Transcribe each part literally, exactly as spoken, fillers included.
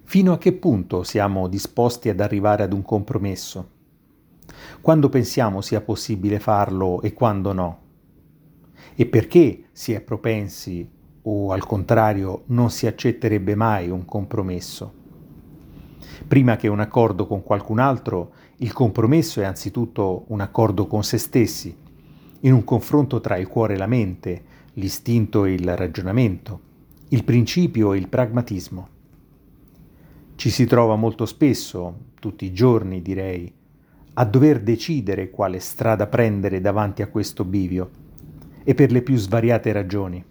Fino a che punto siamo disposti ad arrivare ad un compromesso? Quando pensiamo sia possibile farlo e quando no? E perché si è propensi o al contrario non si accetterebbe mai un compromesso? Prima che un accordo con qualcun altro, il compromesso è anzitutto un accordo con se stessi, in un confronto tra il cuore e la mente, l'istinto e il ragionamento, il principio e il pragmatismo. Ci si trova molto spesso, tutti i giorni direi, a dover decidere quale strada prendere davanti a questo bivio, e per le più svariate ragioni.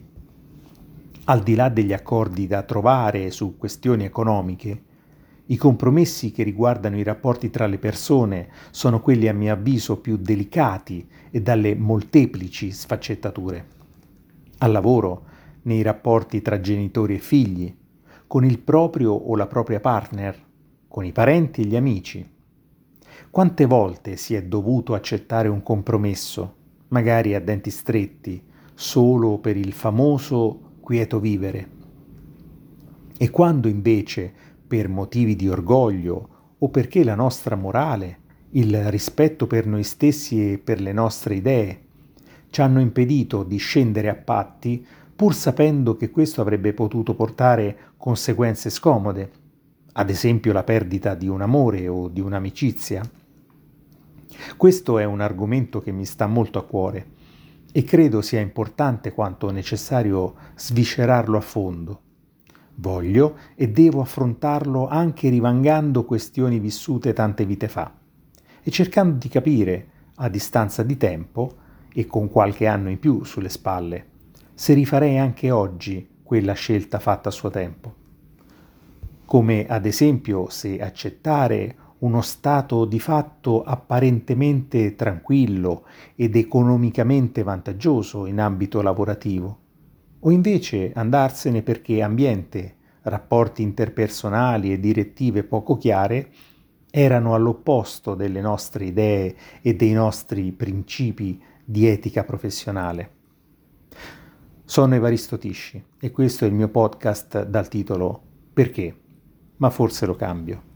Al di là degli accordi da trovare su questioni economiche, i compromessi che riguardano i rapporti tra le persone sono quelli a mio avviso più delicati e dalle molteplici sfaccettature. Al lavoro, nei rapporti tra genitori e figli, con il proprio o la propria partner, con i parenti e gli amici. Quante volte si è dovuto accettare un compromesso, magari a denti stretti, solo per il famoso quieto vivere? E quando invece, per motivi di orgoglio o perché la nostra morale, il rispetto per noi stessi e per le nostre idee, ci hanno impedito di scendere a patti, pur sapendo che questo avrebbe potuto portare conseguenze scomode, ad esempio la perdita di un amore o di un'amicizia. Questo è un argomento che mi sta molto a cuore e credo sia importante quanto necessario sviscerarlo a fondo. Voglio e devo affrontarlo anche rivangando questioni vissute tante vite fa e cercando di capire, a distanza di tempo e con qualche anno in più sulle spalle, se rifarei anche oggi quella scelta fatta a suo tempo. Come ad esempio se accettare uno stato di fatto apparentemente tranquillo ed economicamente vantaggioso in ambito lavorativo, o invece andarsene perché ambiente, rapporti interpersonali e direttive poco chiare erano all'opposto delle nostre idee e dei nostri principi di etica professionale. Sono Evaristo Tisci e questo è il mio podcast dal titolo Perché? Ma forse lo cambio.